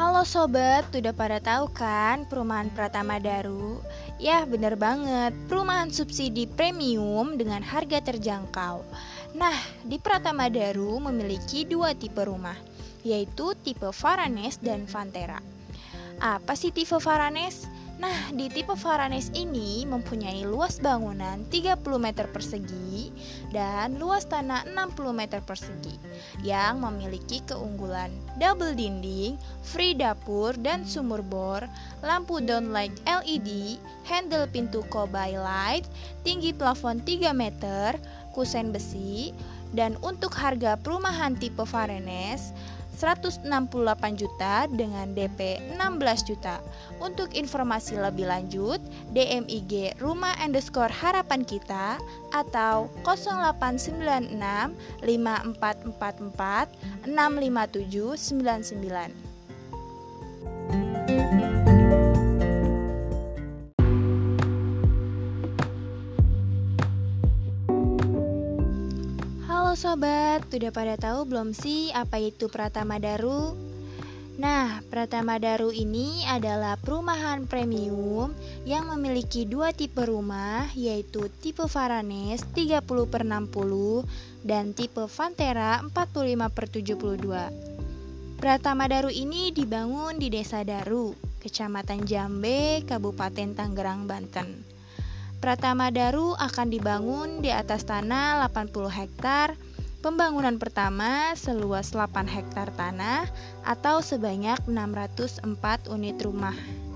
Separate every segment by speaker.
Speaker 1: Halo sobat, udah pada tahu kan perumahan Pratama Daru? Ya bener banget, perumahan subsidi premium dengan harga terjangkau. Nah, di Pratama Daru memiliki dua tipe rumah, yaitu tipe Varanes dan Vantera. Apa sih tipe Varanes? Nah, di tipe Varanes ini mempunyai luas bangunan 30 meter persegi dan luas tanah 60 meter persegi yang memiliki keunggulan double dinding, free dapur dan sumur bor, lampu downlight LED, handle pintu Kobai light, tinggi plafon 3 meter, kusen besi, dan untuk harga perumahan tipe Varanes 168 juta dengan DP 16 juta. Untuk informasi lebih lanjut, DM IG rumah_harapan kita atau 0896 5444 65799. Halo sobat, udah pada tahu belum sih apa itu Pratama Daru? Nah, Pratama Daru ini adalah perumahan premium yang memiliki dua tipe rumah, yaitu tipe Varanes 30/60 dan tipe Vantera 45/72. Pratama Daru ini dibangun di Desa Daru, Kecamatan Jambe, Kabupaten Tangerang, Banten. Pratama Daru akan dibangun di atas tanah 80 hektar. Pembangunan pertama seluas 8 hektar tanah atau sebanyak 604 unit rumah.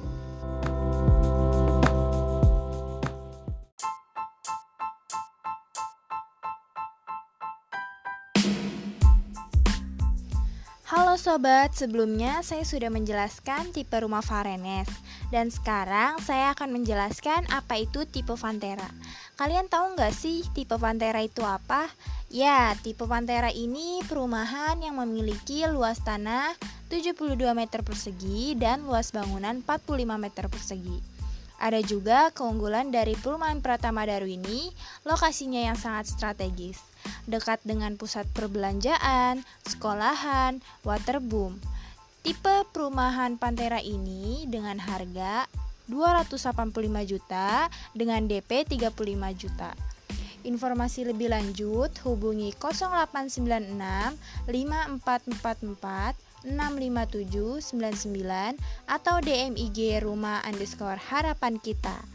Speaker 1: Halo sobat, sebelumnya saya sudah menjelaskan tipe rumah Varanes. Dan sekarang saya akan menjelaskan apa itu tipe Vantera. Kalian tahu nggak sih tipe Vantera itu apa? Ya, tipe Vantera ini perumahan yang memiliki luas tanah 72 meter persegi dan luas bangunan 45 meter persegi. Ada juga keunggulan dari perumahan Pratama Daru ini, lokasinya yang sangat strategis, dekat dengan pusat perbelanjaan, sekolahan, waterboom. Tipe perumahan Vantera ini dengan harga 285 juta dengan DP 35 juta. Informasi lebih lanjut hubungi 0896 5444 65799 atau DM IG rumah_harapan kita.